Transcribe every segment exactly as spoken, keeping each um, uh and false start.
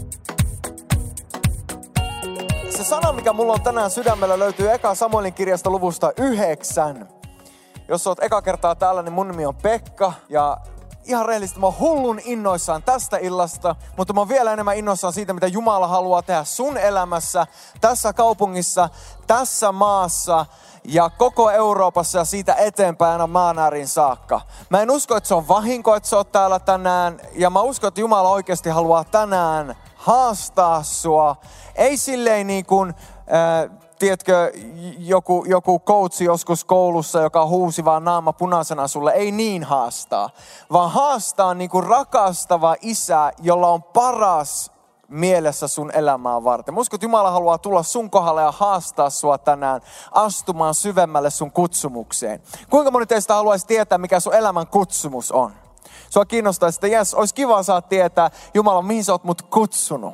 Se sana, mikä mulla on tänään sydämellä, löytyy eka Samuelin kirjasta luvusta yhdeksän. Jos oot eka kertaa täällä, niin mun nimi on Pekka. Ja ihan rehellisesti mä oon hullun innoissaan tästä illasta. Mutta mä oon vielä enemmän innoissaan siitä, mitä Jumala haluaa tehdä sun elämässä, tässä kaupungissa, tässä maassa ja koko Euroopassa ja siitä eteenpäin aina maan ääriin saakka. Mä en usko, että se on vahinko, että sä oot täällä tänään. Ja mä uskon, että Jumala oikeasti haluaa tänään haastaa sua. Ei silleen niin kuin, äh, tiedätkö, joku, joku coachi joskus koulussa, joka huusi vaan naama punaisena sulle. Ei niin haastaa, vaan haastaa niin kuin rakastava isä, jolla on paras mielessä sun elämää varten. Mä uskon, että Jumala haluaa tulla sun kohdalle ja haastaa sua tänään astumaan syvemmälle sun kutsumukseen. Kuinka moni teistä haluaisi tietää, mikä sun elämän kutsumus on? Sua kiinnostaisi, että jes, olisi kiva saada tietää, Jumala, mihin sä oot mut kutsunut.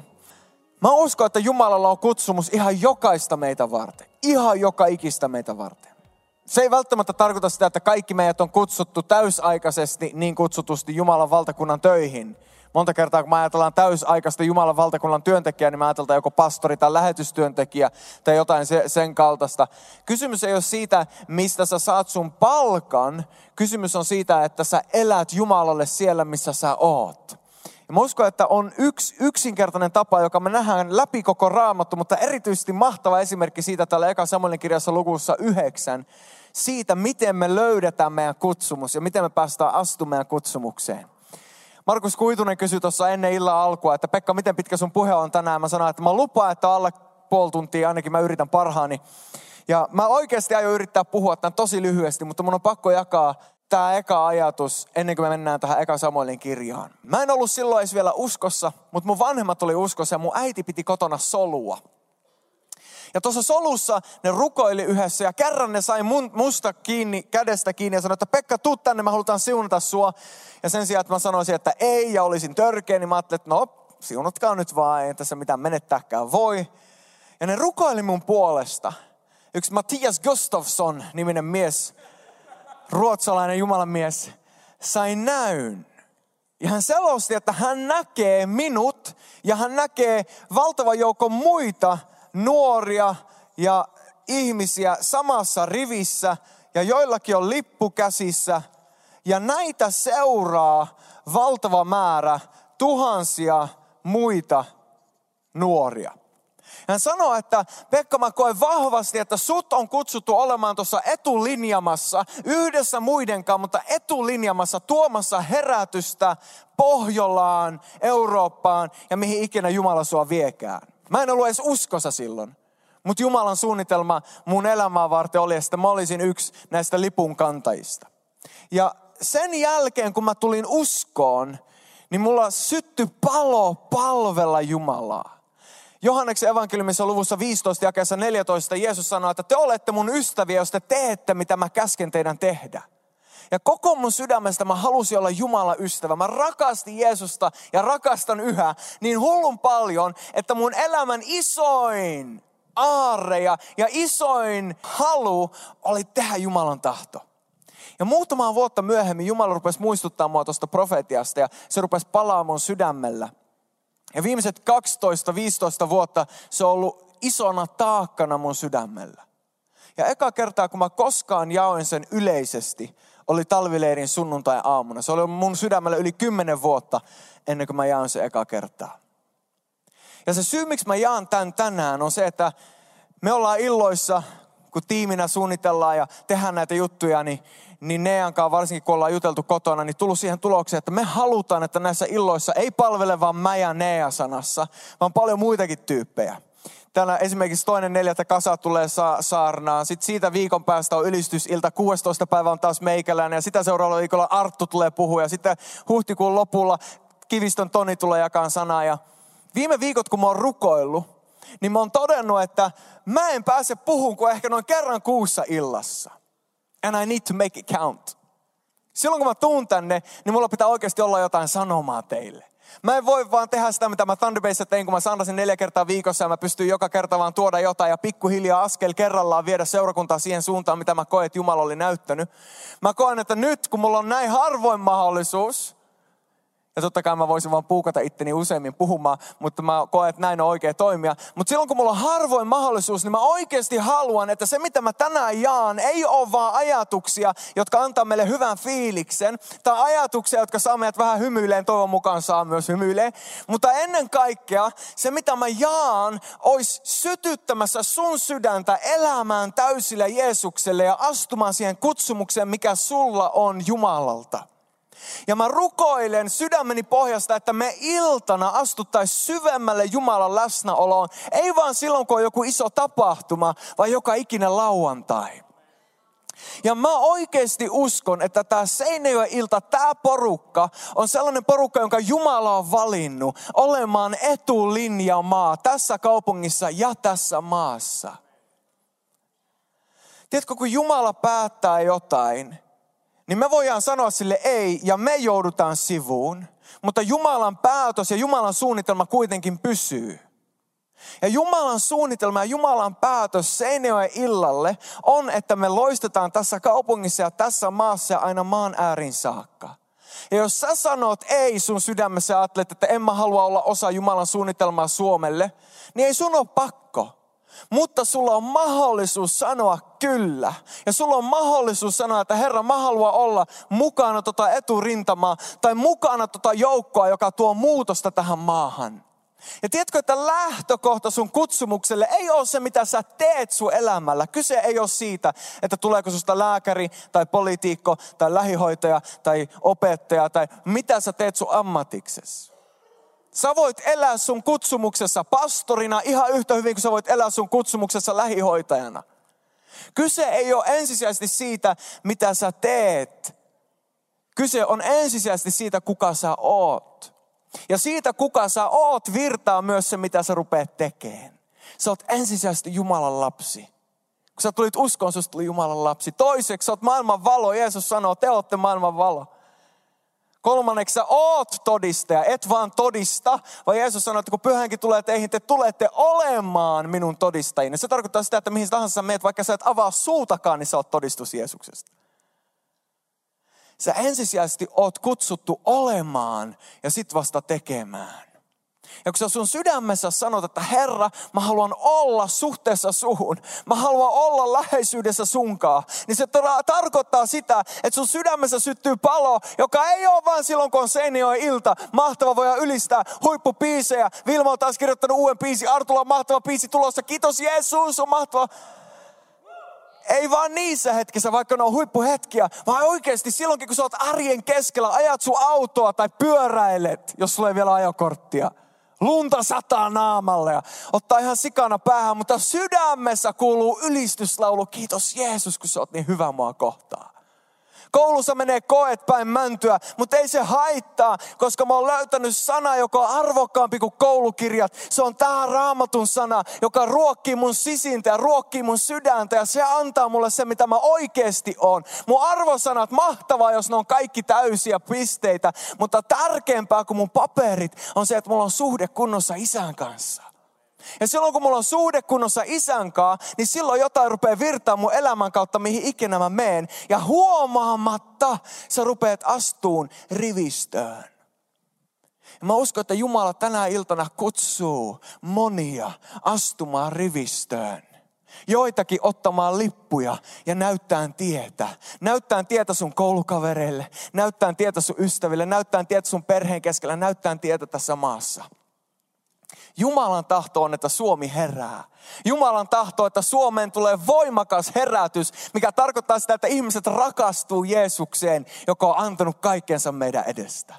Mä uskon, että Jumalalla on kutsumus ihan jokaista meitä varten. Ihan joka ikistä meitä varten. Se ei välttämättä tarkoita sitä, että kaikki meidät on kutsuttu täysaikaisesti niin kutsutusti Jumalan valtakunnan töihin. Monta kertaa, kun me ajatellaan täysaikaista Jumalan valtakunnan työntekijää, niin me ajatellaan joko pastori tai lähetystyöntekijä tai jotain sen kaltaista. Kysymys ei ole siitä, mistä sä saat sun palkan. Kysymys on siitä, että sä elät Jumalalle siellä, missä sä oot. Ja mä uskon, että on yksi yksinkertainen tapa, joka me nähdään läpi koko Raamattu, mutta erityisesti mahtava esimerkki siitä täällä eka Samuelin kirjassa lukussa yhdeksän. Siitä, miten me löydetään meidän kutsumus ja miten me päästään astumaan meidän kutsumukseen. Markus Kuitunen kysyi tuossa ennen illan alkua, että Pekka, miten pitkä sun puhe on tänään? Mä sanoin, että mä lupaan, että alle puoli tuntia, ainakin mä yritän parhaani. Ja mä oikeasti aion yrittää puhua tämän tosi lyhyesti, mutta mun on pakko jakaa tämä eka ajatus ennen kuin me mennään tähän eka Samuelin kirjaan. Mä en ollut silloin edes vielä uskossa, mutta mun vanhemmat oli uskossa ja mun äiti piti kotona solua. Ja tuossa solussa ne rukoili yhdessä ja kerran ne sai mun, musta kiinni, kädestä kiinni ja sanoi, että Pekka, tuu tänne, me halutaan siunata sua. Ja sen sijaan, että mä sanoisin, että ei ja olisin törkeä, niin mä ajattelin, että no, siunatkaa nyt vaan, ei tässä mitään menettääkään voi. Ja ne rukoili mun puolesta. Yksi Mattias Gustafsson niminen mies, ruotsalainen Jumalan mies, sai näyn. Ja hän selosti, että hän näkee minut ja hän näkee valtavan joukon muita nuoria ja ihmisiä samassa rivissä ja joillakin on lippu käsissä. Ja näitä seuraa valtava määrä tuhansia muita nuoria. Hän sanoi, että Pekka, mä koen vahvasti, että sut on kutsuttu olemaan tuossa etulinjamassa, yhdessä muidenkaan, mutta etulinjamassa, tuomassa herätystä Pohjolaan, Eurooppaan ja mihin ikinä Jumala sua viekään. Mä en ollut edes uskossa silloin, mutta Jumalan suunnitelma mun elämää varten oli, että mä olisin yksi näistä lipun kantajista. Ja sen jälkeen, kun mä tulin uskoon, niin mulla syttyi palo palvella Jumalaa. Johanneksen evankeliumissa luvussa viisitoista jakeessa neljätoista Jeesus sanoi, että te olette mun ystäviä, jos te teette, mitä mä käsken teidän tehdä. Ja koko mun sydämestä mä halusin olla Jumalan ystävä. Mä rakastin Jeesusta ja rakastan yhä niin hullun paljon, että mun elämän isoin aarre ja, ja isoin halu oli tehdä Jumalan tahto. Ja muutamaa vuotta myöhemmin Jumala rupesi muistuttaa mua tuosta profetiasta ja se rupesi palaamaan mun sydämellä. Ja viimeiset kaksitoista viisitoista vuotta se on ollut isona taakkana mun sydämellä. Ja eka kertaa, kun mä koskaan jaoin sen yleisesti, oli talvileirin sunnuntai-aamuna. Se oli mun sydämellä yli kymmenen vuotta ennen kuin mä jaoin sen eka kertaa. Ja se syy, miksi mä jaan tämän tänään, on se, että me ollaan illoissa, kun tiiminä suunnitellaan ja tehdään näitä juttuja, niin, niin Neankaan, varsinkin kun ollaan juteltu kotona, niin tullut siihen tulokseen, että me halutaan, että näissä illoissa ei palvele vaan mä ja Nea sanassa, vaan paljon muitakin tyyppejä. Täällä esimerkiksi toinen neljättä kasa tulee sa- saarnaan. Sitten siitä viikon päästä on ylistysilta. kuudestoista päivä on taas meikäläinen. Ja sitä seuraavalla viikolla Arttu tulee puhua. Ja sitten huhtikuun lopulla Kivistön Toni tulee jakaa sanaa. Ja viime viikot, kun mä oon rukoillut, niin mä oon todennut, että mä en pääse puhumaan kuin ehkä noin kerran kuussa illassa. And I need to make it count. Silloin kun mä tuun tänne, niin mulla pitää oikeasti olla jotain sanomaa teille. Mä en voi vaan tehdä sitä, mitä mä Thunder Bayssä tein, kun mä saanasin neljä kertaa viikossa ja mä pystyn joka kerta vaan tuoda jotain ja pikkuhiljaa askel kerrallaan viedä seurakuntaa siihen suuntaan, mitä mä koen, että Jumala oli näyttänyt. Mä koen, että nyt kun mulla on näin harvoin mahdollisuus Ja totta kai mä voisin vaan puukata itteni useammin puhumaan, mutta mä koen, että näin on oikea toimia. Mutta silloin kun mulla on harvoin mahdollisuus, niin mä oikeasti haluan, että se mitä mä tänään jaan, ei ole vaan ajatuksia, jotka antaa meille hyvän fiiliksen. Tai ajatuksia, jotka saa meidät vähän hymyileen, toivon mukaan saa myös hymyileen. Mutta ennen kaikkea se mitä mä jaan, olisi sytyttämässä sun sydäntä elämään täysillä Jeesukselle ja astumaan siihen kutsumukseen, mikä sulla on Jumalalta. Ja mä rukoilen sydämeni pohjasta, että me iltana astuttaisiin syvemmälle Jumalan läsnäoloon. Ei vaan silloin, kun on joku iso tapahtuma, vaan joka ikinen lauantai. Ja mä oikeasti uskon, että tämä Seinäjoen ilta, tämä porukka on sellainen porukka, jonka Jumala on valinnut olemaan etulinjamaa tässä kaupungissa ja tässä maassa. Tiedätkö, kun Jumala päättää jotain, niin me voidaan sanoa sille ei ja me joudutaan sivuun, mutta Jumalan päätös ja Jumalan suunnitelma kuitenkin pysyy. Ja Jumalan suunnitelma ja Jumalan päätös Seinäjoen illalle on, että me loistetaan tässä kaupungissa ja tässä maassa ja aina maan äärin saakka. Ja jos sä sanot ei sun sydämessä ja ajattelet, että en mä halua olla osa Jumalan suunnitelmaa Suomelle, niin ei sun ole pakko. Mutta sulla on mahdollisuus sanoa kyllä. Ja sulla on mahdollisuus sanoa, että Herra, mä haluan olla mukana tota eturintamaa tai mukana tota joukkoa, joka tuo muutosta tähän maahan. Ja tiedätkö, että lähtökohta sun kutsumukselle ei ole se, mitä sä teet sun elämällä. Kyse ei ole siitä, että tuleeko susta lääkäri tai poliitikko tai lähihoitaja tai opettaja tai mitä sä teet sun ammatiksessa. Sä voit elää sun kutsumuksessa pastorina ihan yhtä hyvin kuin sä voit elää sun kutsumuksessa lähihoitajana. Kyse ei ole ensisijaisesti siitä, mitä sä teet. Kyse on ensisijaisesti siitä, kuka sä oot. Ja siitä, kuka sä oot, virtaa myös se, mitä sä rupeat tekemään. Sä oot ensisijaisesti Jumalan lapsi. Kun sä tulit uskoon, susta tuli Jumalan lapsi. Toiseksi sä oot maailman valo. Jeesus sanoo, te ootte maailman valo. Kolmanneksi sä oot todistaja, et vaan todista, vaan Jeesus sanoo, että kun Pyhä Henki tulee teihin, te tulette olemaan minun todistajina. Se tarkoittaa sitä, että mihin tahansa sä meet, vaikka sä et avaa suutakaan, niin sä oot todistus Jeesuksesta. Sä ensisijaisesti oot kutsuttu olemaan ja sit vasta tekemään. Ja kun sä sun sydämessä sanot, että Herra, mä haluan olla suhteessa suhun, mä haluan olla läheisyydessä sunkaan, niin se tar- tarkoittaa sitä, että sun sydämessä syttyy palo, joka ei ole vaan silloin, kun on Seinäjoen ilta. Mahtava, voidaan ylistää huippubiisejä. Vilma on taas kirjoittanut uuden biisin. Artulla on mahtava biisi tulossa. Kiitos Jeesus, on mahtava. Ei vaan niissä hetkissä, vaikka ne on huippuhetkiä, vaan oikeasti silloinkin, kun sä oot arjen keskellä, ajat sun autoa tai pyöräilet, jos sulla ei vielä ajokorttia. Lunta sataa naamalle ja ottaa ihan sikana päähän, mutta sydämessä kuuluu ylistyslaulu. Kiitos Jeesus, kun sä oot niin hyvä mua kohtaan. Koulussa menee koet päin mäntyä, mutta ei se haittaa, koska mä oon löytänyt sana, joka on arvokkaampi kuin koulukirjat. Se on tää Raamatun sana, joka ruokkii mun sisintä ja ruokkii mun sydäntä ja se antaa mulle se, mitä mä oikeasti oon. Mun arvosanat, mahtavaa, jos ne on kaikki täysiä pisteitä, mutta tärkeämpää kuin mun paperit on se, että mulla on suhde kunnossa Isän kanssa. Ja silloin kun mulla on suhde kunnossa Isän kanssa, niin silloin jotain rupeaa virtaa mun elämän kautta, mihin ikinä mä meen. Ja huomaamatta sä rupeat astuun rivistöön. Ja mä uskon, että Jumala tänä iltana kutsuu monia astumaan rivistöön. Joitakin ottamaan lippuja ja näyttämään tietä. Näyttämään tietä sun koulukavereille, näyttämään tietä sun ystäville, näyttämään tietä sun perheen keskellä, näyttämään tietä tässä maassa. Jumalan tahto on, että Suomi herää. Jumalan tahto, että Suomeen tulee voimakas herätys, mikä tarkoittaa sitä, että ihmiset rakastuu Jeesukseen, joka on antanut kaikkensa meidän edestä.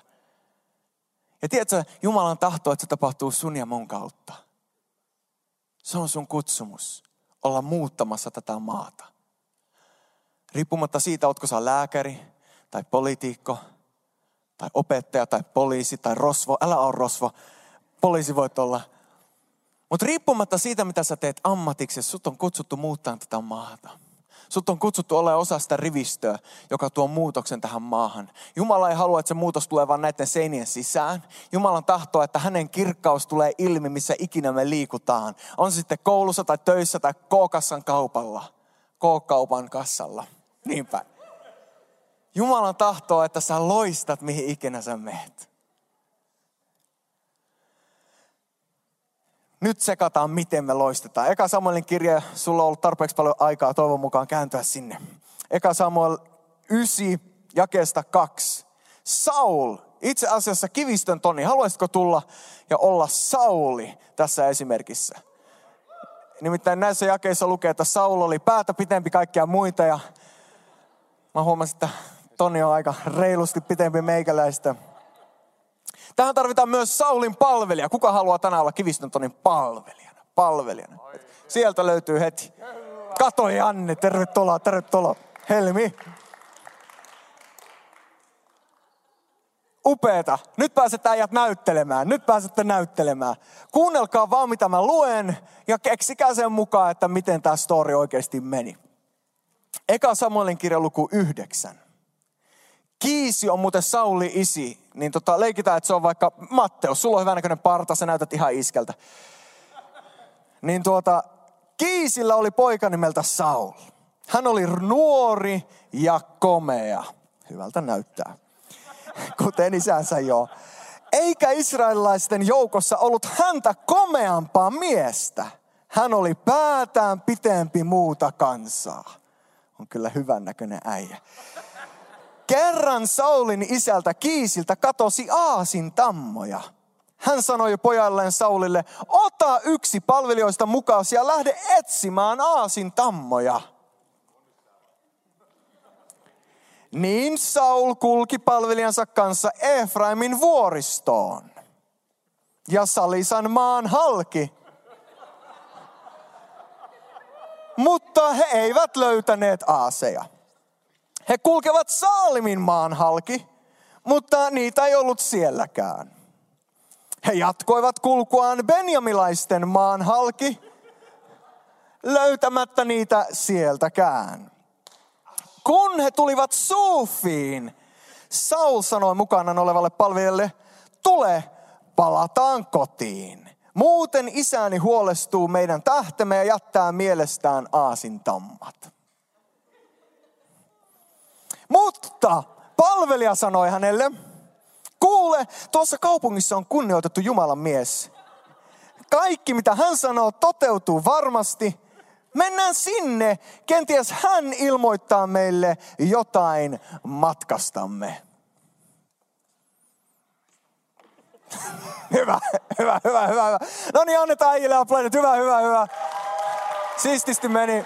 Ja tiedätkö, Jumalan tahto, että se tapahtuu sun ja mun kautta. Se on sun kutsumus, olla muuttamassa tätä maata. Riippumatta siitä, ootko sä lääkäri tai poliitikko tai opettaja tai poliisi tai rosvo, älä ole rosvo. Poliisi voit olla. Mutta riippumatta siitä, mitä sä teet ammatiksi, sut on kutsuttu muuttaa tätä maata. Sut on kutsuttu olemaan osa sitä rivistöä, joka tuo muutoksen tähän maahan. Jumala ei halua, että se muutos tulee vain näiden seinien sisään. Jumalan tahtoo, että hänen kirkkaus tulee ilmi, missä ikinä me liikutaan. On se sitten koulussa tai töissä tai K-kassan kaupalla. K-kaupan kassalla. Niinpä. Jumalan tahtoo, että sä loistat, mihin ikinä sä meet. nyt sekataan, miten me loistetaan. Eka Samuelin kirja, sulla on ollut tarpeeksi paljon aikaa toivon mukaan kääntyä sinne. Eka Samuel yhdeksän, jakeesta kaksi. Saul, itse asiassa kivistön Toni, haluaisitko tulla ja olla Sauli tässä esimerkissä? Nimittäin näissä jakeissa lukee, että Saul oli päätä pitempi kaikkia muita ja mä huomasin, että Toni on aika reilusti pitempi meikäläistä. Tähän tarvitaan myös Saulin palvelija. Kuka haluaa tänään olla kivistön Tonin palvelijana? Palvelijana. Sieltä löytyy heti. Kato Janne, tervetuloa, tervetuloa. Helmi. Upeeta. Nyt pääsette äijät näyttelemään. Nyt pääsette näyttelemään. Kuunnelkaa vaan mitä mä luen ja keksikää sen mukaan, että miten tämä story oikeasti meni. Eka Samuelin kirja luku yhdeksän. Kiisi on muuten Sauli isi. Niin tota, leikitään, että se on vaikka Matteus. Sulla on hyvänäköinen parta, sä näytät ihan iskältä. Niin tuota, Kiisillä oli poika nimeltä Saul. Hän oli nuori ja komea. Hyvältä näyttää. Kuten isänsä jo. Eikä israelilaisten joukossa ollut häntä komeampaa miestä. Hän oli päätään pitempi muuta kansaa. On kyllä hyvän näköinen äijä. Kerran Saulin isältä Kiisiltä katosi aasin tammoja. Hän sanoi pojalleen Saulille, ota yksi palvelijoista mukaan ja lähde etsimään aasin tammoja. Niin Saul kulki palvelijansa kanssa Efraimin vuoristoon ja Salisan maan halki. Mutta he eivät löytäneet aaseja. He kulkevat Saalimin maan halki, mutta niitä ei ollut sielläkään. He jatkoivat kulkuaan benjamilaisten maan halki, löytämättä niitä sieltäkään. Kun he tulivat Suufiin, Saul sanoi mukanaan olevalle palvelijalle, tule, palataan kotiin. Muuten isäni huolestuu meidän tähtemme ja jättää mielestään aasintammat. Mutta palvelija sanoi hänelle, kuule, tuossa kaupungissa on kunnioitettu Jumalan mies. Kaikki mitä hän sanoo toteutuu varmasti. Mennään sinne, kenties hän ilmoittaa meille jotain matkastamme. Hyvä, hyvä, hyvä, hyvä, hyvä. No niin, annetaan äijille aplodit. Hyvä, hyvä, hyvä. Siististi meni.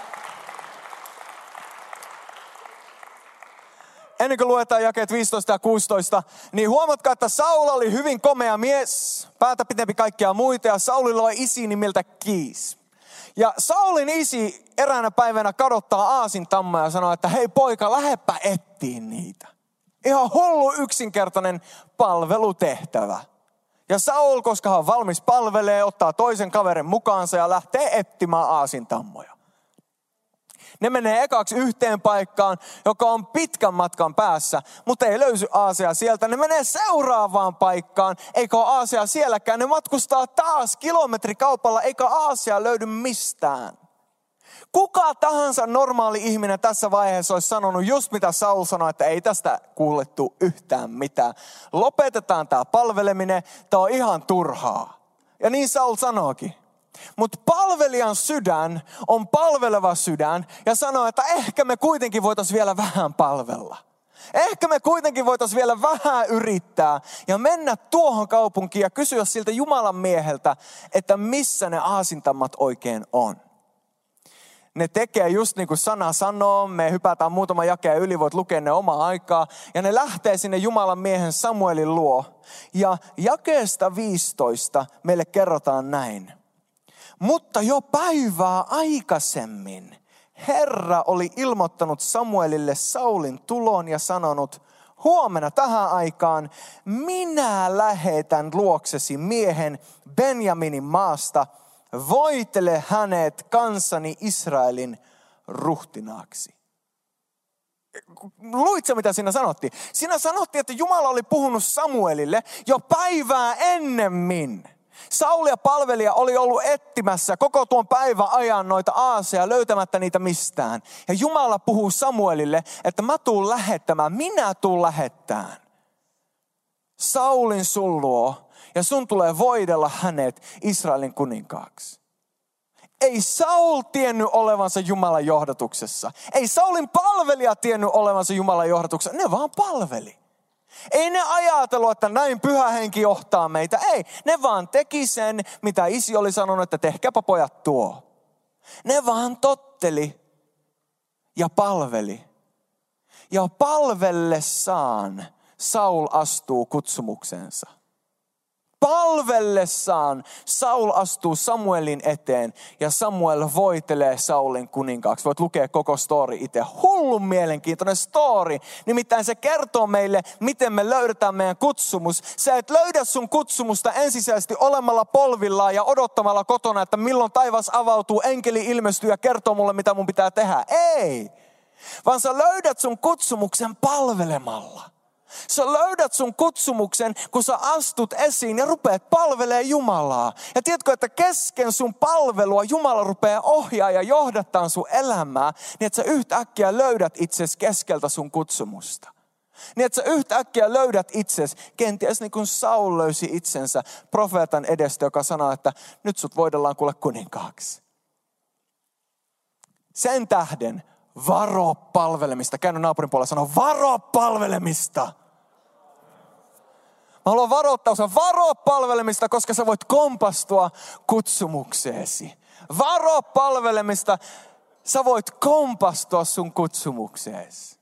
Ennen kuin luetaan jakeet viisitoista ja kuusitoista, niin huomatkaa, että Saul oli hyvin komea mies, päätä pitempi kaikkia muita, ja Saulilla oli isi nimeltä Kiis. Ja Saulin isi eräänä päivänä kadottaa aasintammaa ja sanoo, että hei poika, lähdepä ettiin niitä. Ihan hullu yksinkertainen palvelutehtävä. Ja Saul, koska hän on valmis palvelee, ottaa toisen kaverin mukaansa ja lähtee etsimään aasintammoja. Ne menee ekaksi yhteen paikkaan, joka on pitkän matkan päässä, mutta ei löydy aasia sieltä. Ne menee seuraavaan paikkaan, eikä ole aasia sielläkään. Ne matkustaa taas kilometrikaupalla, eikä aasia löydy mistään. Kuka tahansa normaali ihminen tässä vaiheessa olisi sanonut just mitä Saul sanoi, että ei tästä kuulettu yhtään mitään. Lopetetaan tämä palveleminen, tämä on ihan turhaa. Ja niin Saul sanookin. Mutta palvelijan sydän on palveleva sydän ja sanoo, että ehkä me kuitenkin voitaisiin vielä vähän palvella. Ehkä me kuitenkin voitaisiin vielä vähän yrittää ja mennä tuohon kaupunkiin ja kysyä siltä Jumalan mieheltä, että missä ne aasintammat oikein on. Ne tekee just niin kuin sana sanoo, me hypätään muutama jakeen yli, voit lukea ne omaa aikaa. Ja ne lähtee sinne Jumalan miehen Samuelin luo. Ja jakeesta viisitoista meille kerrotaan näin. Mutta jo päivää aikaisemmin Herra oli ilmoittanut Samuelille Saulin tulon ja sanonut, huomenna tähän aikaan minä lähetän luoksesi miehen Benjaminin maasta, voitele hänet kansani Israelin ruhtinaaksi. Luitko mitä siinä sanottiin? Siinä sanottiin, että Jumala oli puhunut Samuelille jo päivää ennemmin. Saul ja palvelija oli ollut etsimässä koko tuon päivän ajan noita aaseja löytämättä niitä mistään. Ja Jumala puhuu Samuelille, että mä tuun lähettämään, minä tuun lähettämään Saulin sun luo ja sun tulee voidella hänet Israelin kuninkaaksi. Ei Saul tiennyt olevansa Jumalan johdatuksessa. Ei Saulin palvelija tiennyt olevansa Jumalan johdatuksessa. Ne vaan palveli. Ei ne ajatellut, että näin pyhä henki johtaa meitä. Ei, ne vaan teki sen, mitä isi oli sanonut, että tehkääpä pojat tuo. Ne vaan totteli ja palveli. Ja palvellessaan Saul astuu kutsumuksensa. Palvellessaan Saul astuu Samuelin eteen ja Samuel voitelee Saulin kuninkaaksi. Voit lukea koko story itse. Hullun mielenkiintoinen story. Nimittäin se kertoo meille, miten me löydetään meidän kutsumus. Sä et löydä sun kutsumusta ensisijaisesti olemalla polvillaan ja odottamalla kotona, että milloin taivas avautuu, enkeli ilmestyy ja kertoo mulle, mitä mun pitää tehdä. Ei! Vaan sä löydät sun kutsumuksen palvelemalla. Sä löydät sun kutsumuksen, kun sä astut esiin ja rupeat palvelemaan Jumalaa. Ja tiedätkö, että kesken sun palvelua Jumala rupeaa ohjaa ja johdattaa sun elämää, niin että sä yhtäkkiä löydät itsesi keskeltä sun kutsumusta. Niin että sä yhtäkkiä löydät itsesi, kenties niin kuin Saul löysi itsensä profeetan edestä, joka sanoo, että nyt sut voidellaan kuule kuninkaaksi. Sen tähden varo palvelemista. Käänny naapurin puolella ja sano, varo palvelemista. Mä haluan varoittaa sinua, varo palvelemista, koska sä voit kompastua kutsumukseesi. Varo palvelemista, sä voit kompastua sun kutsumukseesi.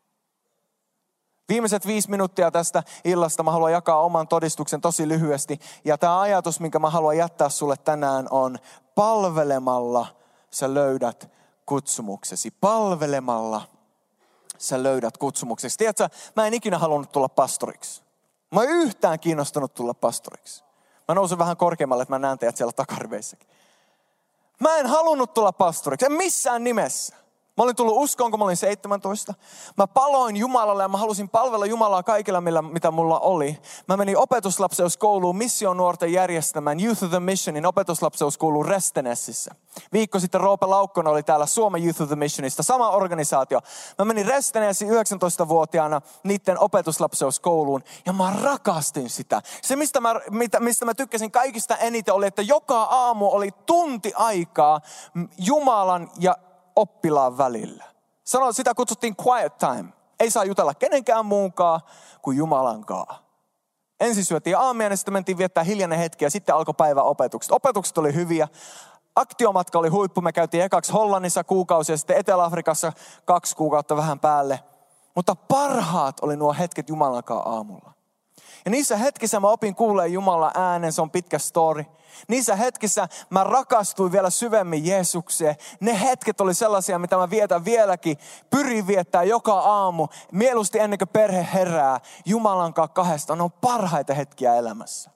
Viimeiset viisi minuuttia tästä illasta mä haluan jakaa oman todistuksen tosi lyhyesti. Ja tämä ajatus, minkä mä haluan jättää sulle tänään on, palvelemalla sä löydät kutsumuksesi. Palvelemalla sä löydät kutsumuksesi. Tiedätkö, mä en ikinä halunnut tulla pastoriksi. Mä en yhtään kiinnostunut tulla pastoriksi. Mä nousin vähän korkeammalle, että mä näen teidät siellä takariveissäkin. Mä en halunnut tulla pastoriksi, en missään nimessä. Mä olin tullut uskoon, kun mä olin seitsemäntoista. Mä paloin Jumalalle ja mä halusin palvella Jumalaa kaikilla, mitä mulla oli. Mä menin opetuslapseuskouluun missionuorten järjestämään Youth of the Missionin opetuslapseuskouluun Restenessissä. Viikko sitten Roope Laukkonen oli täällä Suomen Youth of the Missionista, sama organisaatio. Mä menin Restenessiin yhdeksäntoistavuotiaana niiden opetuslapseuskouluun ja mä rakastin sitä. Se, mistä mä, mistä mä tykkäsin kaikista eniten oli, että joka aamu oli tunti aikaa Jumalan ja oppilaan välillä. Sano, sitä kutsuttiin quiet time. Ei saa jutella kenenkään muunkaan kuin Jumalankaan. Ensin syötiin aamia ja sitten mentiin viettää hiljainen hetki ja sitten alkoi päivän opetukset. Opetukset oli hyviä. Aktiomatka oli huippu. Me käytiin ekaksi Hollannissa kuukausi ja sitten Etelä-Afrikassa kaksi kuukautta vähän päälle. Mutta parhaat oli nuo hetket Jumalankaan aamulla. Ja niissä hetkissä mä opin kuulee Jumalan äänen, se on pitkä story. Niissä hetkissä mä rakastuin vielä syvemmin Jeesukseen. Ne hetket oli sellaisia, mitä mä vietän vieläkin. Pyrin viettää joka aamu, mieluusti ennen kuin perhe herää. Jumalan kanssa kahdesta, ne on parhaita hetkiä elämässä.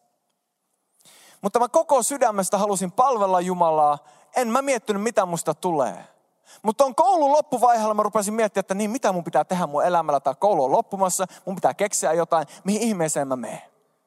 Mutta mä koko sydämestä halusin palvella Jumalaa. En mä miettinyt, mitä musta tulee. Mutta on koulun loppuvaiheella mä rupesin miettimään, että niin mitä mun pitää tehdä mun elämällä. Tai koulu on loppumassa, mun pitää keksiä jotain, mihin ihmeeseen mä menen.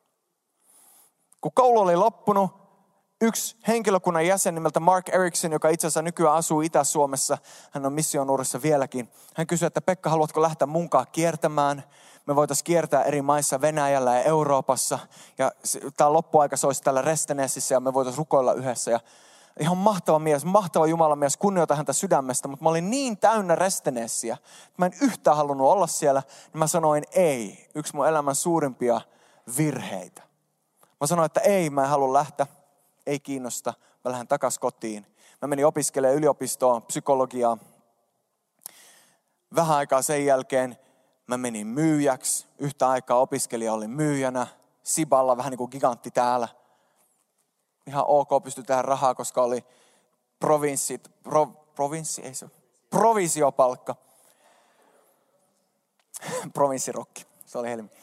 Kun koulu oli loppunut, yksi henkilökunnan jäsen nimeltä Mark Erickson, joka itse asiassa nykyään asuu Itä-Suomessa, hän on missionuurissa vieläkin. Hän kysyi, että Pekka, haluatko lähteä munkaan kiertämään? Me voitaisiin kiertää eri maissa Venäjällä ja Euroopassa. Ja tämä loppuaika se olisi täällä Restenessissä ja me voitaisiin rukoilla yhdessä. Ja ihan mahtava mies, mahtava Jumalan mies, kunnioita häntä sydämestä, mutta mä olin niin täynnä Restenessiä, että mä en yhtään halunnut olla siellä. Niin mä sanoin ei, yksi mun elämän suurimpia virheitä. Mä sanoin, että ei, mä en halua lähteä, ei kiinnosta, mä lähden takaisin kotiin. Mä menin opiskelemaan yliopistoon, psykologiaa. Vähän aikaa sen jälkeen mä menin myyjäksi. Yhtä aikaa opiskelija oli myyjänä. Siballa, vähän niin kuin gigantti täällä. Ihan ok, pystyi tehdä rahaa, koska oli provinssit, pro, provinssi, ei se ole, provisiopalkka. Provinssirokki, se oli helmi.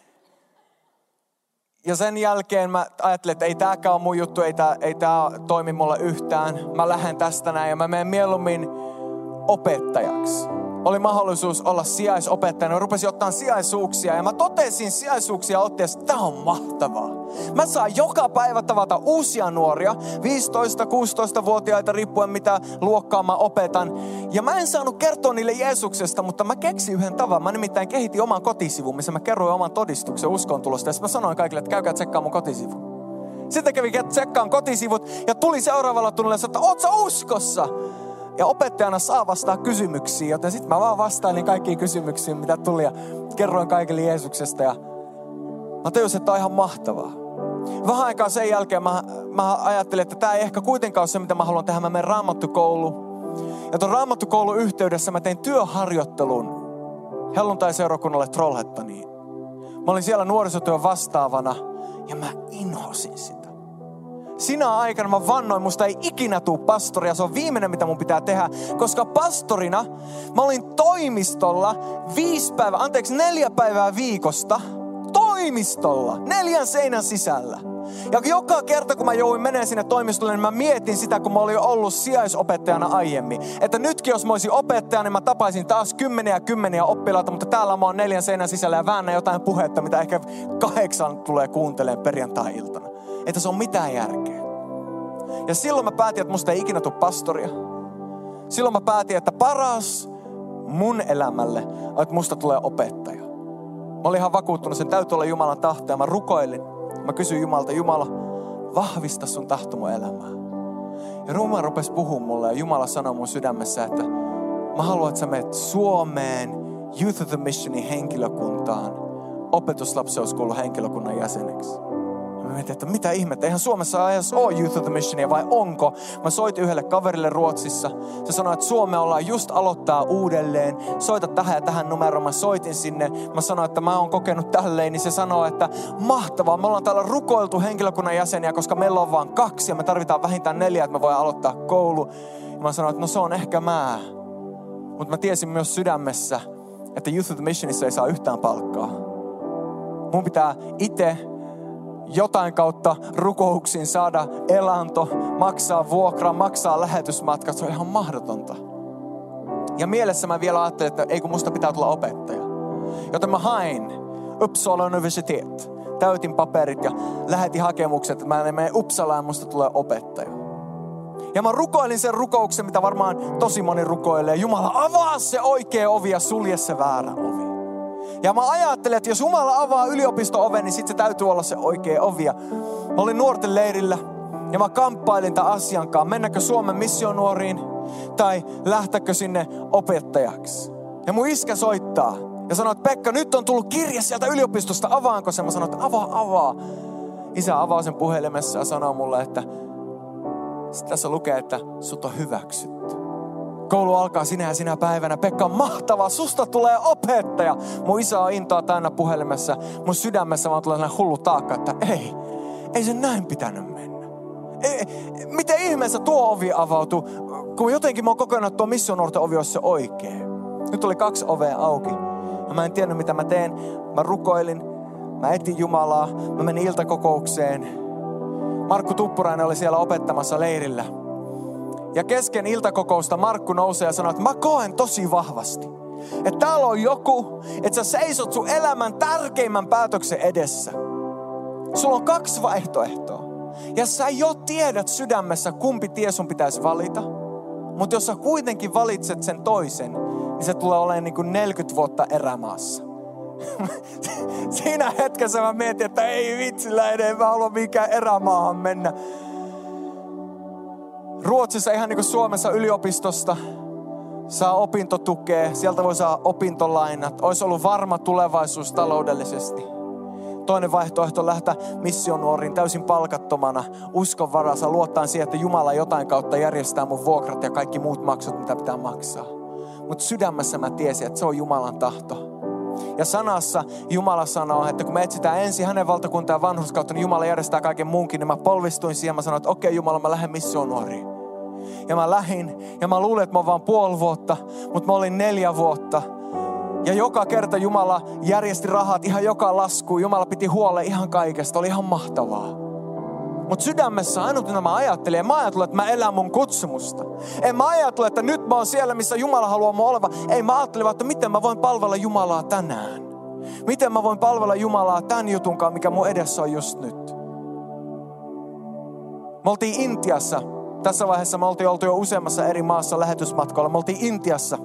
Ja sen jälkeen mä ajattelin, että ei tääkään ole mun juttu, ei tää, ei tää toimi mulle yhtään. Mä lähden tästä näin ja mä menen mieluummin opettajaksi. oli mahdollisuus olla sijaisopettajana. Mä rupesin ottaa sijaisuuksia ja mä totesin sijaisuuksia otteessa, että tää on mahtavaa. Mä saan joka päivä tavata uusia nuoria, viisitoista-kuusitoista-vuotiaita riippuen mitä luokkaa mä opetan. Ja mä en saanut kertoa niille Jeesuksesta, mutta mä keksin yhden tavan. Mä nimittäin kehitin oman kotisivun, missä mä kerroin oman todistuksen uskontulosta. Ja sitten mä sanoin kaikille, että käykää tsekkaa mun kotisivun. Sitten kävi tsekkaan kotisivut ja tuli seuraavalla tunnilla, että oot sä uskossa? Ja opettajana saa vastaa kysymyksiin, joten sitten mä vaan vastailin kaikkiin kysymyksiin, mitä tuli ja kerroin kaikille Jeesuksesta. Ja mä tajusin, että tämä on ihan mahtavaa. Vähän aikaa sen jälkeen mä, mä ajattelin, että tämä ei ehkä kuitenkaan ole se, mitä mä haluan tehdä. Mä menen raamattukouluun. Ja tuon raamattukoulun yhteydessä mä tein työharjoittelun helluntai-seurakunnalle Trollhättaniin. Mä olin siellä nuorisotyön vastaavana ja mä inhosin sitä. Sinä aikana mä vannoin, musta ei ikinä tuu pastoria. Se on viimeinen, mitä mun pitää tehdä. Koska pastorina mä olin toimistolla viisi päivää, anteeksi neljä päivää viikosta. Toimistolla, neljän seinän sisällä. Ja joka kerta, kun mä jouduin menemään sinne toimistolle, niin mä mietin sitä, kun mä olin ollut sijaisopettajana aiemmin. Että nytkin, jos mä olisin opettaja, niin mä tapaisin taas kymmeniä ja kymmeniä oppilaita, mutta täällä mä oon neljän seinän sisällä ja väännän jotain puhetta, mitä ehkä kahdeksan tulee kuuntelemaan perjantai-iltana. Että se on mitään järkeä. Ja silloin mä päätin, että musta ei ikinä tule pastoria. Silloin mä päätin, että paras mun elämälle on, että musta tulee opettaja. Mä olin ihan vakuuttunut, sen täytyy olla Jumalan tahto ja mä rukoilin. Mä kysyin Jumalalta, Jumala, vahvista sun tahto mun elämää. Ja Jumala rupesi puhumaan mulle ja Jumala sanoi mun sydämessä, että mä haluan, että sä menet Suomeen Youth of the Missionin henkilökuntaan opetuslapseuskoulun henkilökunnan jäseneksi. Mä mietin, että mitä ihmettä, eihän Suomessa edes ole Youth of the Missionia vai onko? Mä soitin yhdelle kaverille Ruotsissa. Se sanoi, että Suomea ollaan just aloittaa uudelleen. Soita tähän ja tähän numeroon. Mä soitin sinne. Mä sanoin, että mä oon kokenut tälleen. Niin se sanoi, että mahtavaa. Me ollaan täällä rukoiltu henkilökunnan jäseniä, koska meillä on vaan kaksi ja me tarvitaan vähintään neljä, että me voidaan aloittaa koulu. Ja mä sanoin, että no se on ehkä mä. Mutta mä tiesin myös sydämessä, että Youth of the Missionissa ei saa yhtään palkkaa. Mun pitää itse jotain kautta rukouksiin saada elanto, maksaa vuokraa, maksaa lähetysmatkat. Se on ihan mahdotonta. Ja mielessä mä vielä ajattelin, että ei kun musta pitää tulla opettaja. Joten mä hain Uppsala Universitet. Täytin paperit ja lähetin hakemukset, että mä menen Uppsalaan ja musta tulee opettaja. Ja mä rukoilin sen rukouksen, mitä varmaan tosi moni rukoilee. Jumala, avaa se oikea ovi ja sulje se väärä ovi. Ja mä ajattelin, että jos Jumala avaa yliopisto-oven, niin sit se täytyy olla se oikea ovi. Ja mä olin nuorten leirillä ja mä kamppailin tämän asian kanssa. Mennäkö Suomen missionuoriin tai lähtäkö sinne opettajaksi? Ja mun iskä soittaa ja sanoo, että Pekka, nyt on tullut kirje sieltä yliopistosta, avaanko se? Mä sanoin, että avaa, avaa. Isä avaa sen puhelimessa ja sanoo mulle, että tässä lukee, että sut on hyväksytty. Koulu alkaa sinä ja sinä päivänä. Pekka, on mahtavaa. Susta tulee opettaja. Mun isä on intoa täynnä puhelimessa. Mun sydämessä vaan tulee sellainen hullu taakka, että ei. Ei se näin pitänyt mennä. Ei, miten ihmeessä tuo ovi avautui, kun jotenkin mä oon kokenut, että tuo missionuorten ovi olisi se oikea. Nyt oli kaksi ovea auki. Ja mä en tiennyt, mitä mä teen. Mä rukoilin. Mä etin Jumalaa. Mä menin iltakokoukseen. Markku Tuppurainen oli siellä opettamassa leirillä. Ja kesken iltakokousta Markku nousee ja sanoo, että mä koen tosi vahvasti, että täällä on joku, että sä seisot sun elämän tärkeimmän päätöksen edessä. Sulla on kaksi vaihtoehtoa. Ja sä jo tiedät sydämessä, kumpi tie sun pitäisi valita. Mutta jos sä kuitenkin valitset sen toisen, niin se tulee olemaan niin kuin neljäkymmentä vuotta erämaassa. Siinä hetkessä mä mietin, että ei vitsillä edes, mä halua mikään erämaahan mennä. Ruotsissa ihan niin kuin Suomessa yliopistosta saa opintotukea, sieltä voi saada opintolainat. Olisi ollut varma tulevaisuus taloudellisesti. Toinen vaihtoehto on lähteä missionuoriin täysin palkattomana, uskon varassa, luottaen siihen, että Jumala jotain kautta järjestää mun vuokrat ja kaikki muut maksut, mitä pitää maksaa. Mutta sydämessä mä tiesin, että se on Jumalan tahto. Ja sanassa Jumala sanoo, että kun me etsitään ensin hänen valtakuntaa ja vanhurskautta, niin Jumala järjestää kaiken muunkin. Niin mä polvistuin siihen, mä sanoin, että okei Jumala, mä lähden missionuoriin. Ja mä lähdin, ja mä luulin, että mä oon vaan puoli vuotta, mutta mä olin neljä vuotta. Ja joka kerta Jumala järjesti rahat ihan joka laskuun. Jumala piti huolen ihan kaikesta, oli ihan mahtavaa. Mutta sydämessä ainut, mitä mä ajattelin, en mä ajattelen, että mä elän mun kutsumusta. En mä ajattele, että nyt mä oon siellä, missä Jumala haluaa mun olevan. Ei, mä ajattelin, että miten mä voin palvella Jumalaa tänään. Miten mä voin palvella Jumalaa tämän jutunkaan, mikä mun edessä on just nyt. Me oltiin Intiassa. Tässä vaiheessa me oltiin oltu jo useammassa eri maassa lähetysmatkalla. Me oltiin Intiassa.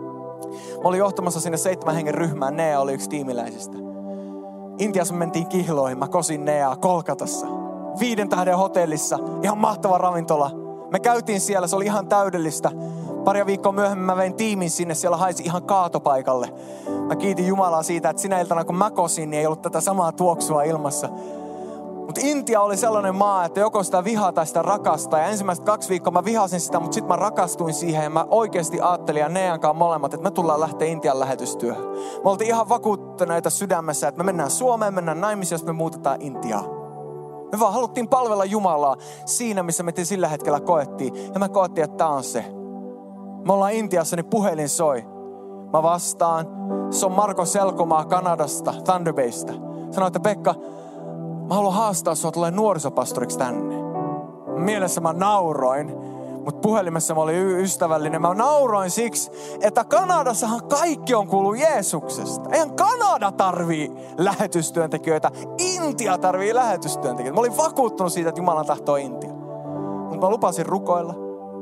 Mä olin johtamassa sinne seitsemän hengen ryhmään. Nea oli yksi tiimiläisistä. Intiassa me mentiin kihloihin. Mä kosin Neaa Kolkatassa. Viiden tähden hotellissa. Ihan mahtava ravintola. Me käytiin siellä. Se oli ihan täydellistä. Pari viikkoa myöhemmin mä vein tiimin sinne. Siellä haisi ihan kaatopaikalle. Mä kiitin Jumalaa siitä, että sinä iltana kun mä kosin, niin ei ollut tätä samaa tuoksua ilmassa. Mutta Intia oli sellainen maa, että joko sitä vihaa tai sitä rakastaa. Ja ensimmäiset kaksi viikkoa mä vihasin sitä, mutta sitten mä rakastuin siihen. Ja mä oikeasti ajattelin ja Neankaan molemmat, että me tullaan lähteä Intian lähetystyöhön. Me oltiin ihan vakuuttuneita sydämessä, että me mennään Suomeen, mennään naimisiin, jos me muutetaan Intiaan. Me vaan haluttiin palvella Jumalaa siinä, missä me sillä hetkellä koettiin. Ja mä koettiin, että tää on se. Me ollaan Intiassa, niin puhelin soi. Mä vastaan. Se on Marko Selkomaa Kanadasta, Thunder Baysta. Sanoi, että Pekka, mä haluan haastaa sua tulee nuorisopastoriksi tänne. Mielessä mä nauroin, mutta puhelimessa mä olin y- ystävällinen. Mä nauroin siksi, että Kanadassahan kaikki on kuullut Jeesuksesta. Eihän Kanada tarvii lähetystyöntekijöitä. Intia tarvii lähetystyöntekijöitä. Mä olin vakuuttunut siitä, että Jumalan tahtoo Intia. Mutta mä lupasin rukoilla.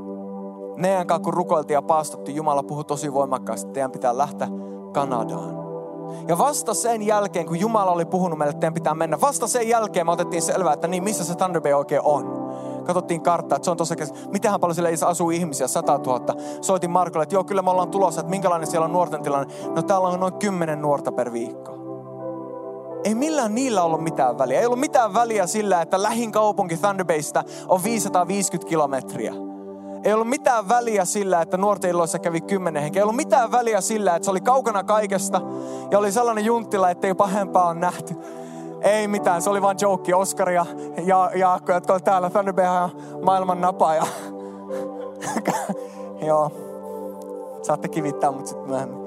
Neidän kanssa kun rukoiltiin ja paastottiin, Jumala puhui tosi voimakkaasti, että teidän pitää lähteä Kanadaan. Ja vasta sen jälkeen, kun Jumala oli puhunut meille, että teidän pitää mennä, vasta sen jälkeen me otettiin selvää, että niin, missä se Thunder Bay oikein on. Katsottiin karttaa, että se on tosiaan, mitähän paljon siellä asuu ihmisiä, sata tuhatta. Soitin Markolle, että joo, kyllä me ollaan tulossa, että minkälainen siellä on nuorten tilanne. No täällä on noin kymmenen nuorta per viikko. Ei millään niillä ollut mitään väliä. Ei ollut mitään väliä sillä, että lähin kaupunki Thunder Baysta on viisisataaviisikymmentä kilometriä. Ei ollut mitään väliä sillä, että nuorten illoissa kävi kymmenen henkeä. Ei ollut mitään väliä sillä, että se oli kaukana kaikesta. Ja oli sellainen junttila, ettei pahempaa ole nähty. Ei mitään, se oli vaan joke. Oskar ja, ja Jaakko, jotka on täällä. Thunder Bay ja maailman napa. Ja joo, saatte kivittää mut sitten myöhemmin.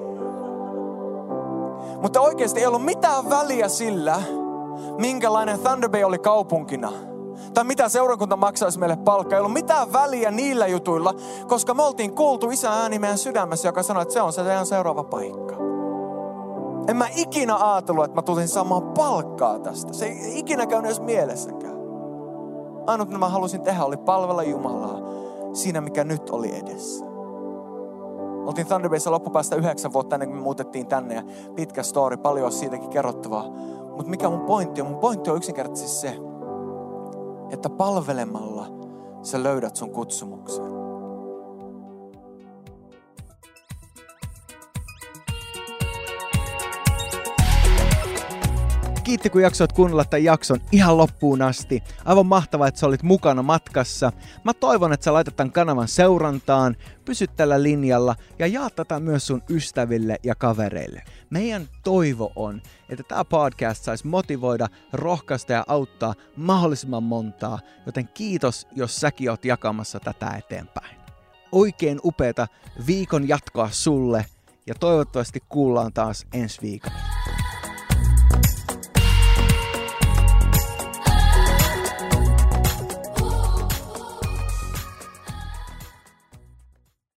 Mutta oikeasti ei ollut mitään väliä sillä, minkälainen Thunder Bay oli kaupunkina. Tai mitä seurakunta maksaisi meille palkkaa. Ei ollut mitään väliä niillä jutuilla, koska me oltiin kuultu Isän ääni meidän sydämessä, joka sanoi, että se on se teidän seuraava paikka. En mä ikinä ajatellut, että mä tulin saamaan palkkaa tästä. Se ei ikinä käynyt edes mielessäkään. Ainut, mitä mä halusin tehdä, oli palvella Jumalaa siinä, mikä nyt oli edessä. Oltiin Thunder Bayssa loppupäästä yhdeksän vuotta ennen kuin me muutettiin tänne. Ja pitkä story, paljon on siitäkin kerrottavaa. Mutta mikä mun pointti on? Mun pointti on yksinkertaisesti se, että palvelemalla sä löydät sun kutsumuksen. Kiitti, kun jaksoit kuunnella tämän jakson ihan loppuun asti. Aivan mahtavaa, että sä olit mukana matkassa. Mä toivon, että sä laitat tämän kanavan seurantaan, pysyt tällä linjalla ja jaat tätä myös sun ystäville ja kavereille. Meidän toivo on, että tämä podcast saisi motivoida, rohkaista ja auttaa mahdollisimman montaa, joten kiitos, jos säkin oot jakamassa tätä eteenpäin. Oikein upeata viikon jatkoa sulle ja toivottavasti kuullaan taas ensi viikolla.